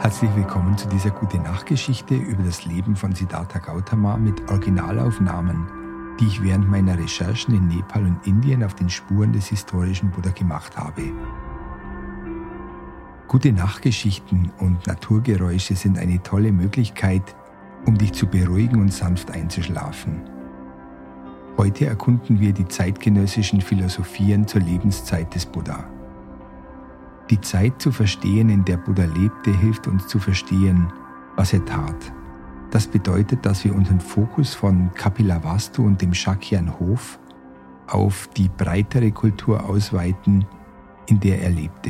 Herzlich willkommen zu dieser Gute-Nacht-Geschichte über das Leben von Siddhartha Gautama mit Originalaufnahmen, die ich während meiner Recherchen in Nepal und Indien auf den Spuren des historischen Buddha gemacht habe. Gute-Nacht-Geschichten und Naturgeräusche sind eine tolle Möglichkeit, um dich zu beruhigen und sanft einzuschlafen. Heute erkunden wir die zeitgenössischen Philosophien zur Lebenszeit des Buddha. Die Zeit zu verstehen, in der Buddha lebte, hilft uns zu verstehen, was er tat. Das bedeutet, dass wir unseren Fokus von Kapilavastu und dem Shakyan-Hof auf die breitere Kultur ausweiten, in der er lebte.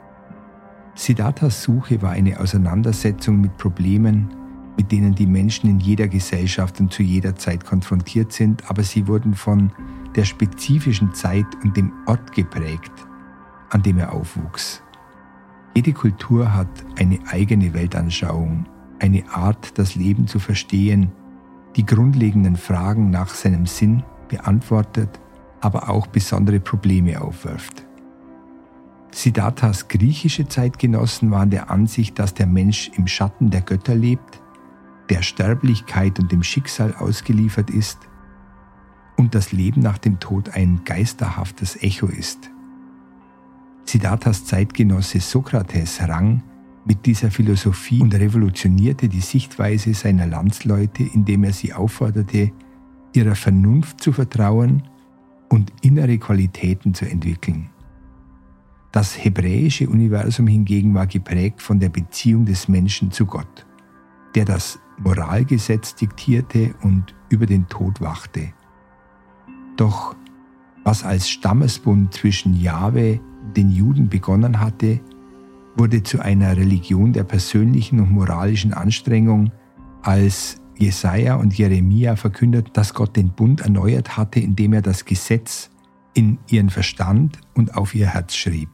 Siddharthas Suche war eine Auseinandersetzung mit Problemen, mit denen die Menschen in jeder Gesellschaft und zu jeder Zeit konfrontiert sind, aber sie wurden von der spezifischen Zeit und dem Ort geprägt, an dem er aufwuchs. Jede Kultur hat eine eigene Weltanschauung, eine Art, das Leben zu verstehen, die grundlegenden Fragen nach seinem Sinn beantwortet, aber auch besondere Probleme aufwirft. Siddharthas griechische Zeitgenossen waren der Ansicht, dass der Mensch im Schatten der Götter lebt, der Sterblichkeit und dem Schicksal ausgeliefert ist und das Leben nach dem Tod ein geisterhaftes Echo ist. Siddharthas Zeitgenosse Sokrates rang mit dieser Philosophie und revolutionierte die Sichtweise seiner Landsleute, indem er sie aufforderte, ihrer Vernunft zu vertrauen und innere Qualitäten zu entwickeln. Das hebräische Universum hingegen war geprägt von der Beziehung des Menschen zu Gott, der das Moralgesetz diktierte und über den Tod wachte. Doch was als Stammesbund zwischen Jahwe und den Juden begonnen hatte, wurde zu einer Religion der persönlichen und moralischen Anstrengung, als Jesaja und Jeremia verkündet, dass Gott den Bund erneuert hatte, indem er das Gesetz in ihren Verstand und auf ihr Herz schrieb.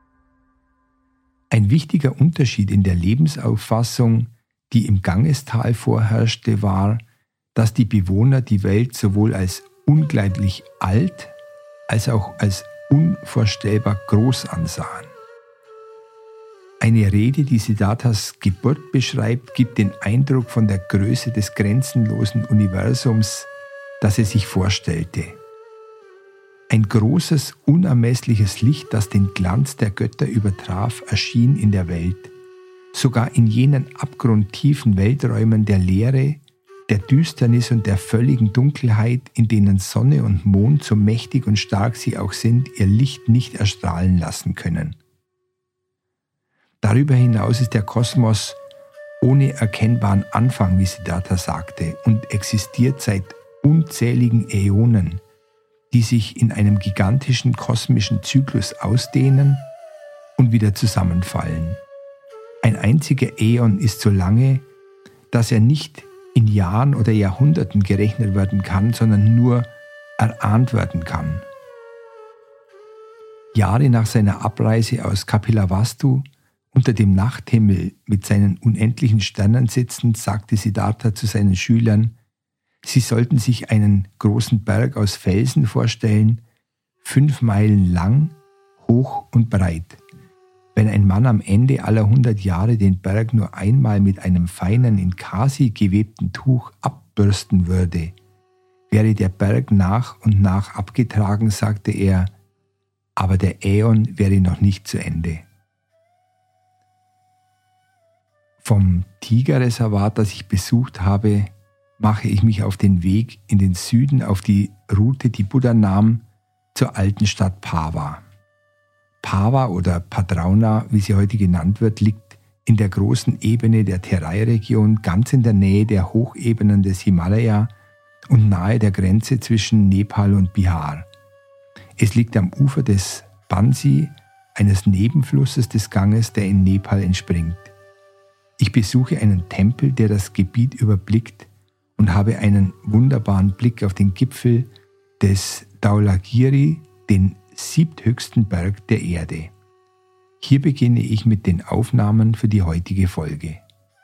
Ein wichtiger Unterschied in der Lebensauffassung, die im Gangestal vorherrschte, war, dass die Bewohner die Welt sowohl als ungleich alt als auch als unvorstellbar groß ansahen. Eine Rede, die Siddharthas Geburt beschreibt, gibt den Eindruck von der Größe des grenzenlosen Universums, das er sich vorstellte. Ein großes, unermessliches Licht, das den Glanz der Götter übertraf, erschien in der Welt. Sogar in jenen abgrundtiefen Welträumen der Leere, der Düsternis und der völligen Dunkelheit, in denen Sonne und Mond, so mächtig und stark sie auch sind, ihr Licht nicht erstrahlen lassen können. Darüber hinaus ist der Kosmos ohne erkennbaren Anfang, wie Siddhartha sagte, und existiert seit unzähligen Äonen, die sich in einem gigantischen kosmischen Zyklus ausdehnen und wieder zusammenfallen. Ein einziger Äon ist so lange, dass er nicht in Jahren oder Jahrhunderten gerechnet werden kann, sondern nur erahnt werden kann. Jahre nach seiner Abreise aus Kapilavastu, unter dem Nachthimmel mit seinen unendlichen Sternen sitzend, sagte Siddhartha zu seinen Schülern, sie sollten sich einen großen Berg aus Felsen vorstellen, 5 Meilen lang, hoch und breit. Wenn ein Mann am Ende aller 100 Jahre den Berg nur einmal mit einem feinen, in Kasi gewebten Tuch abbürsten würde, wäre der Berg nach und nach abgetragen, sagte er, aber der Äon wäre noch nicht zu Ende. Vom Tigerreservat, das ich besucht habe, mache ich mich auf den Weg in den Süden auf die Route, die Buddha nahm, zur alten Stadt Pava. Pava oder Padrauna, wie sie heute genannt wird, liegt in der großen Ebene der Terai-Region, ganz in der Nähe der Hochebenen des Himalaya und nahe der Grenze zwischen Nepal und Bihar. Es liegt am Ufer des Bansi, eines Nebenflusses des Ganges, der in Nepal entspringt. Ich besuche einen Tempel, der das Gebiet überblickt und habe einen wunderbaren Blick auf den Gipfel des Dhaulagiri, den 7. höchsten Berg der Erde. Hier beginne ich mit den Aufnahmen für die heutige Folge.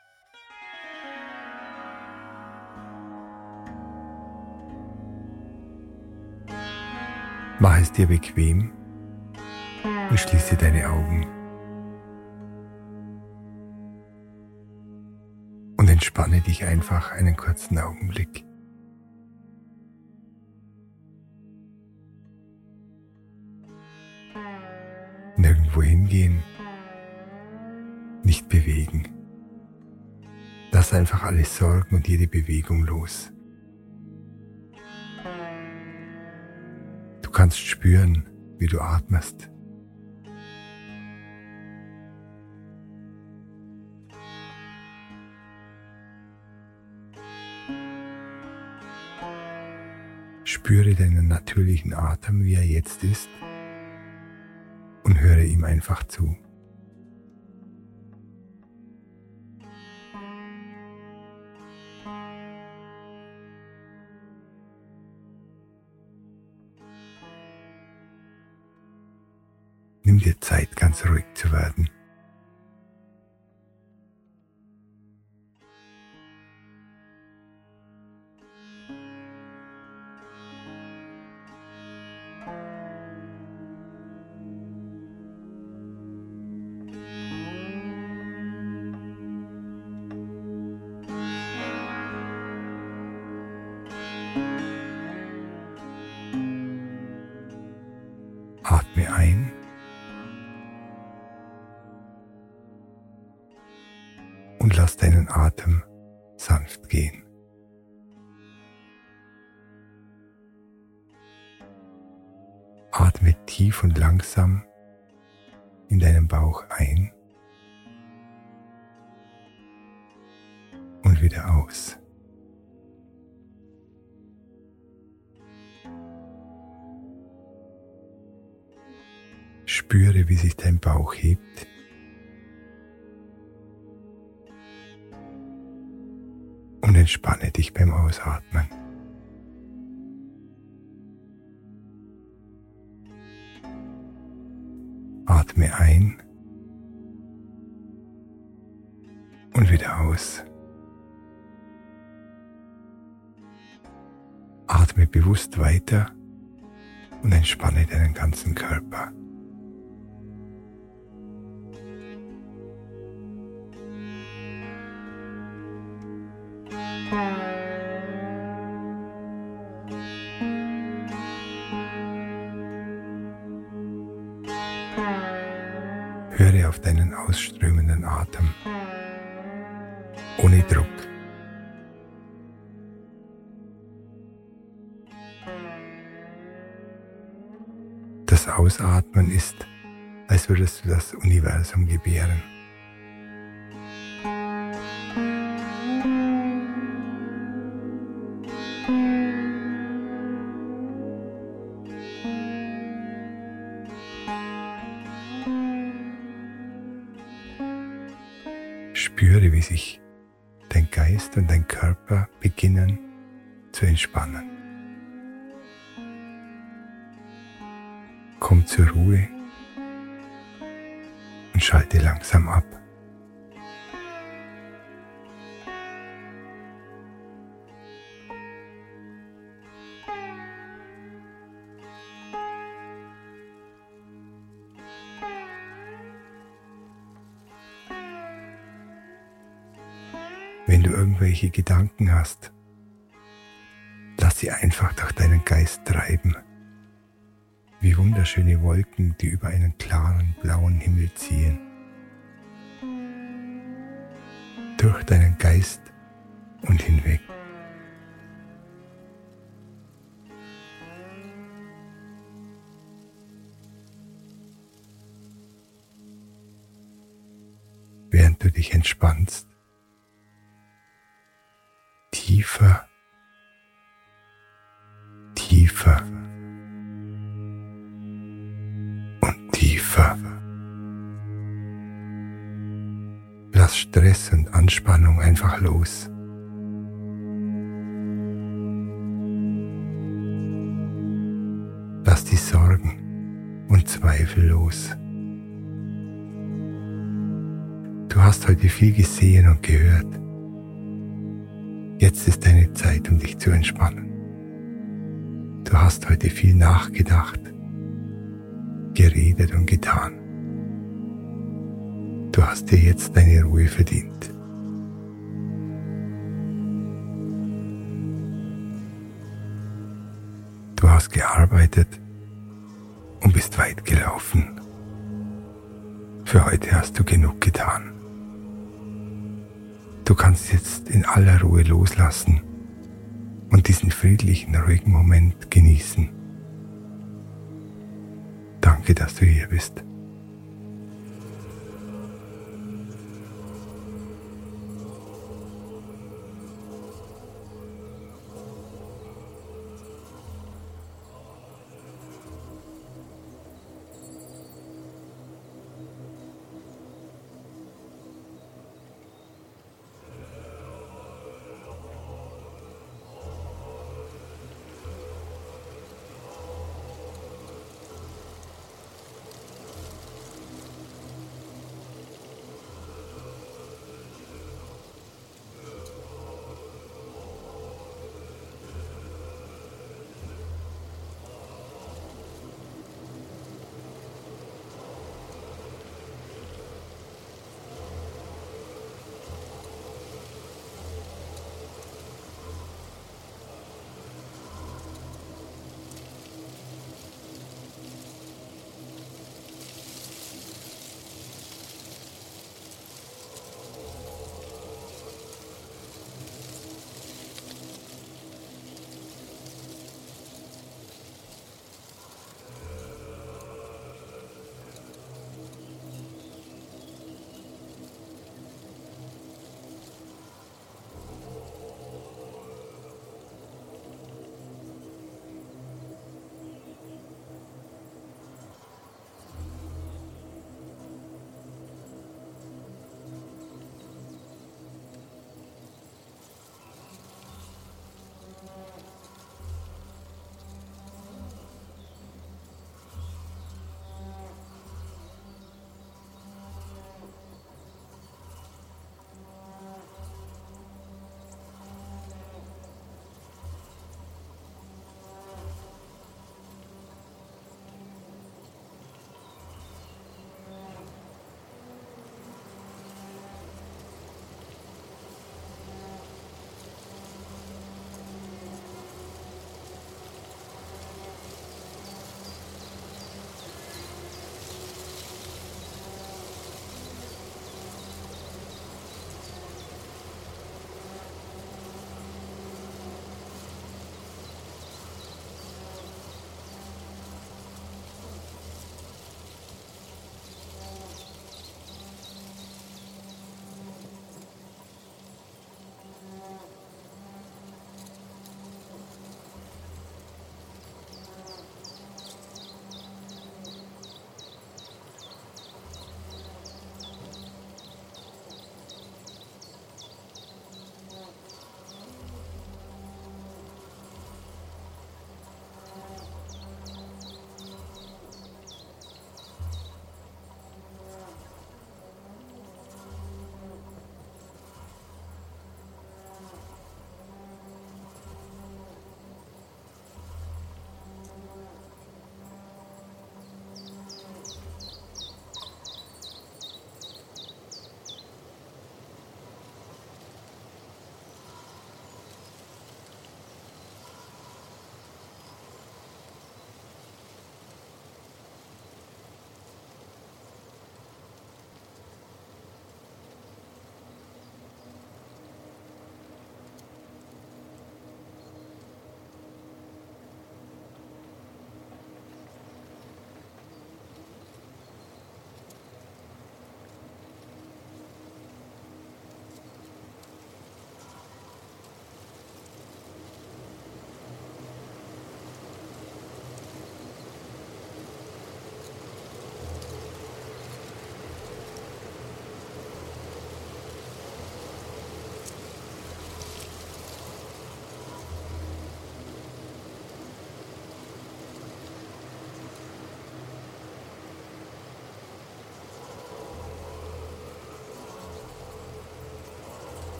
Mach es dir bequem und schließe deine Augen. entspanne dich einfach einen kurzen Augenblick. Nirgendwo hingehen, nicht bewegen. Lass einfach alle Sorgen und jede Bewegung los. Du kannst spüren, wie du atmest. Spüre deinen natürlichen Atem, wie er jetzt ist, und höre ihm einfach zu. Nimm dir Zeit, ganz ruhig zu werden. Atme ein und lass deinen Atem sanft gehen. Atme tief und langsam in deinen Bauch ein und wieder aus. Spüre, wie sich dein Bauch hebt. Und entspanne dich beim Ausatmen. Atme ein und wieder aus. Atme bewusst weiter und entspanne deinen ganzen Körper. Höre auf deinen ausströmenden Atem, ohne Druck. Das Ausatmen ist, als würdest du das Universum gebären. Spüre, wie sich dein Geist und dein Körper beginnen zu entspannen. Komm zur Ruhe und schalte langsam ab. Wenn du irgendwelche Gedanken hast, lass sie einfach durch deinen Geist treiben, wie wunderschöne Wolken, die über einen klaren blauen Himmel ziehen. Durch deinen Geist und hinweg. Während du dich entspannst, tiefer, tiefer und tiefer. Lass Stress und Anspannung einfach los. Lass die Sorgen und Zweifel los. Du hast heute viel gesehen und gehört. Jetzt ist deine Zeit, um dich zu entspannen. Du hast heute viel nachgedacht, geredet und getan. Du hast dir jetzt deine Ruhe verdient. Du hast gearbeitet und bist weit gelaufen. Für heute hast du genug getan. Du kannst jetzt in aller Ruhe loslassen und diesen friedlichen, ruhigen Moment genießen. Danke, dass du hier bist.